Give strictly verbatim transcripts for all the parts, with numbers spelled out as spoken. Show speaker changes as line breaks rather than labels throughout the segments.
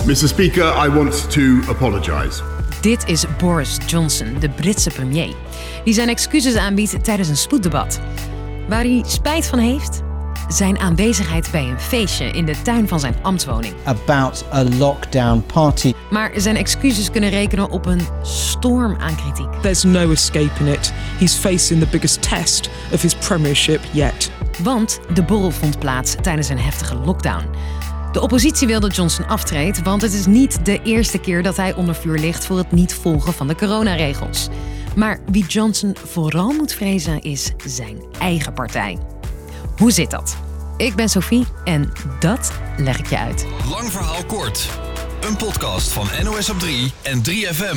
mister Speaker, I want to apologise.
Dit is Boris Johnson, de Britse premier, die zijn excuses aanbiedt tijdens een spoeddebat. Waar hij spijt van heeft? Zijn aanwezigheid bij een feestje in de tuin van zijn ambtswoning.
About a lockdown party.
Maar zijn excuses kunnen rekenen op een storm aan kritiek.
There's no escaping it. He's facing the biggest test of his premiership yet.
Want de borrel vond plaats tijdens een heftige lockdown. De oppositie wil dat Johnson aftreedt, want het is niet de eerste keer dat hij onder vuur ligt voor het niet volgen van de coronaregels. Maar wie Johnson vooral moet vrezen is zijn eigen partij. Hoe zit dat? Ik ben Sophie en dat leg ik je uit.
Lang verhaal kort. Een podcast van N O S op drie en drie F M.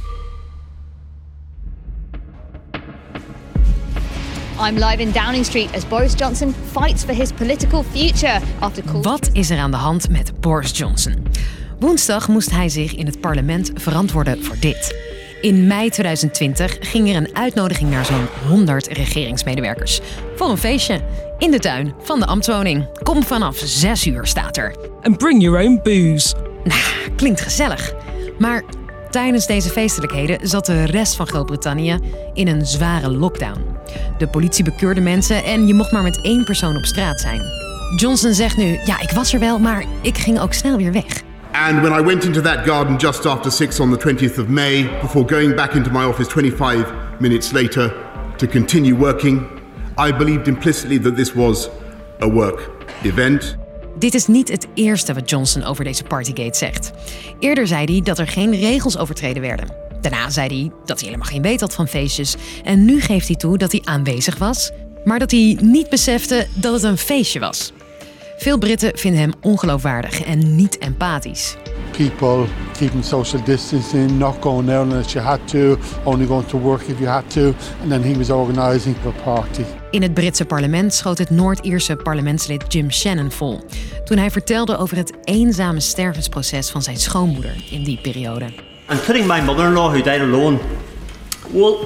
I'm live in Downing Street as Boris Johnson fights for his political future after call.
Wat is er aan de hand met Boris Johnson? Woensdag moest hij zich in het parlement verantwoorden voor dit. In mei tweeduizend twintig ging er een uitnodiging naar zo'n honderd regeringsmedewerkers. Voor een feestje in de tuin van de ambtswoning. Kom vanaf zes uur, staat er.
And bring your own booze.
Nou, klinkt gezellig. Maar tijdens deze feestelijkheden zat de rest van Groot-Brittannië in een zware lockdown. De politie bekeurde mensen en je mocht maar met één persoon op straat zijn. Johnson zegt nu, ja, ik was er wel, maar ik ging ook snel weer weg.
And when I went into that garden just after six on the twentieth of May, before going back into my office twenty-five minutes later to continue working, I believed implicitly that this was a work event.
Dit is niet het eerste wat Johnson over deze Partygate zegt. Eerder zei hij dat er geen regels overtreden werden. Daarna zei hij dat hij helemaal geen weet had van feestjes. En nu geeft hij toe dat hij aanwezig was, maar dat hij niet besefte dat het een feestje was. Veel Britten vinden hem ongeloofwaardig en niet empathisch.
People keeping social distancing, not going out unless you had to, only going to work if you had to, and then he was organising a party.
In het Britse parlement schoot het Noord-Ierse parlementslid Jim Shannon vol toen hij vertelde over het eenzame stervensproces van zijn schoonmoeder in die periode.
And putting my mother-in-law who died alone, well,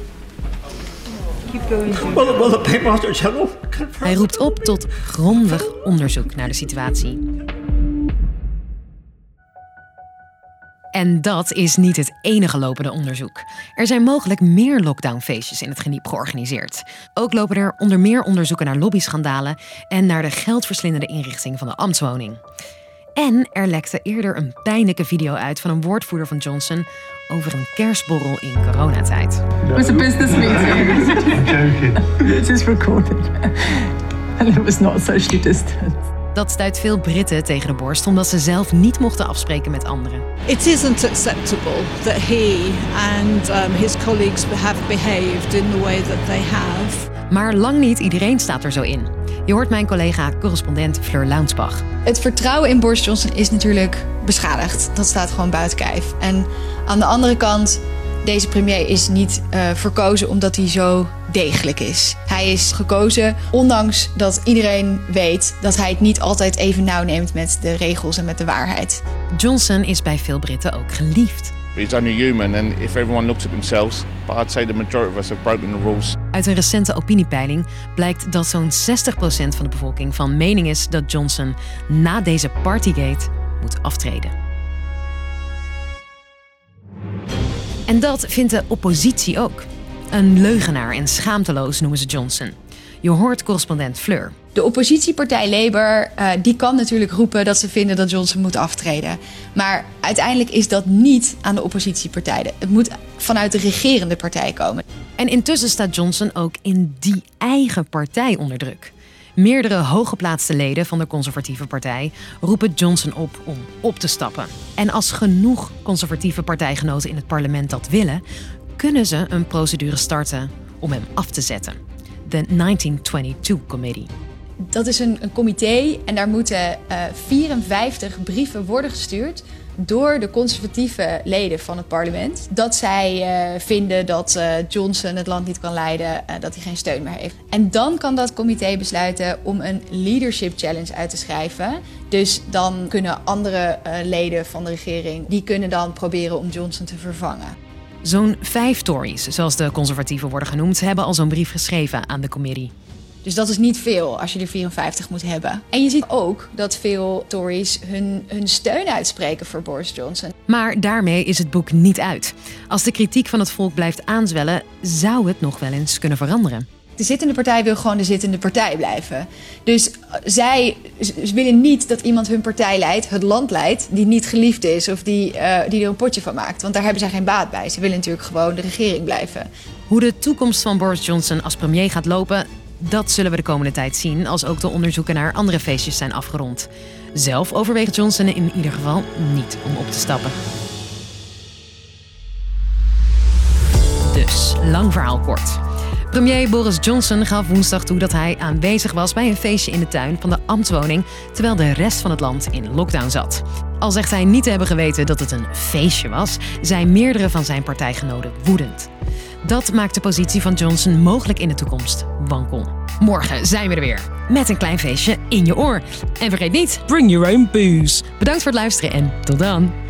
well, well the Paymaster General.
Hij roept op tot grondig onderzoek naar de situatie. En dat is niet het enige lopende onderzoek. Er zijn mogelijk meer lockdownfeestjes in het geniep georganiseerd. Ook lopen er onder meer onderzoeken naar lobbyschandalen en naar de geldverslindende inrichting van de ambtswoning. En er lekte eerder een pijnlijke video uit van een woordvoerder van Johnson over een kerstborrel in coronatijd.
It was a business meeting. It is recorded. And it was not socially distant.
Dat stuit veel Britten tegen de borst omdat ze zelf niet mochten afspreken met anderen.
It isn't acceptable that he and um, his colleagues have behaved in the way that they have.
Maar lang niet iedereen staat er zo in. Je hoort mijn collega correspondent Fleur Launsbach.
Het vertrouwen in Boris Johnson is natuurlijk beschadigd. Dat staat gewoon buiten kijf. En aan de andere kant, deze premier is niet uh, verkozen omdat hij zo degelijk is. Hij is gekozen ondanks dat iedereen weet dat hij het niet altijd even nauw neemt met de regels en met de waarheid.
Johnson is bij veel Britten ook geliefd.
He's only human and if everyone looks at themselves, but I'd say the majority of us have broken the rules.
Uit een recente opiniepeiling blijkt dat zo'n zestig procent van de bevolking van mening is dat Johnson na deze Partygate moet aftreden. En dat vindt de oppositie ook. Een leugenaar en schaamteloos noemen ze Johnson. Je hoort correspondent Fleur.
De oppositiepartij Labour uh, die kan natuurlijk roepen dat ze vinden dat Johnson moet aftreden. Maar uiteindelijk is dat niet aan de oppositiepartij. Het moet vanuit de regerende partij komen.
En intussen staat Johnson ook in die eigen partij onder druk. Meerdere hooggeplaatste leden van de conservatieve partij roepen Johnson op om op te stappen. En als genoeg conservatieve partijgenoten in het parlement dat willen, kunnen ze een procedure starten om hem af te zetten. De negentien tweeëntwintig Committee.
Dat is een, een comité en daar moeten uh, vierenvijftig brieven worden gestuurd door de conservatieve leden van het parlement. Dat zij uh, vinden dat uh, Johnson het land niet kan leiden, uh, dat hij geen steun meer heeft. En dan kan dat comité besluiten om een leadership challenge uit te schrijven. Dus dan kunnen andere uh, leden van de regering, die kunnen dan proberen om Johnson te vervangen.
Zo'n vijf Tories, zoals de conservatieven worden genoemd, hebben al zo'n brief geschreven aan de committee.
Dus dat is niet veel als je er vierenvijftig moet hebben. En je ziet ook dat veel Tories hun, hun steun uitspreken voor Boris Johnson.
Maar daarmee is het boek niet uit. Als de kritiek van het volk blijft aanzwellen, zou het nog wel eens kunnen veranderen.
De zittende partij wil gewoon de zittende partij blijven. Dus zij willen niet dat iemand hun partij leidt, het land leidt, die niet geliefd is of die, uh, die er een potje van maakt. Want daar hebben zij geen baat bij. Ze willen natuurlijk gewoon de regering blijven.
Hoe de toekomst van Boris Johnson als premier gaat lopen, dat zullen we de komende tijd zien als ook de onderzoeken naar andere feestjes zijn afgerond. Zelf overweegt Johnson in ieder geval niet om op te stappen. Dus, lang verhaal kort. Premier Boris Johnson gaf woensdag toe dat hij aanwezig was bij een feestje in de tuin van de ambtswoning, terwijl de rest van het land in lockdown zat. Al zegt hij niet te hebben geweten dat het een feestje was, zijn meerdere van zijn partijgenoten woedend. Dat maakt de positie van Johnson mogelijk in de toekomst wankel. Morgen zijn we er weer, met een klein feestje in je oor. En vergeet niet,
bring your own booze.
Bedankt voor het luisteren en tot dan.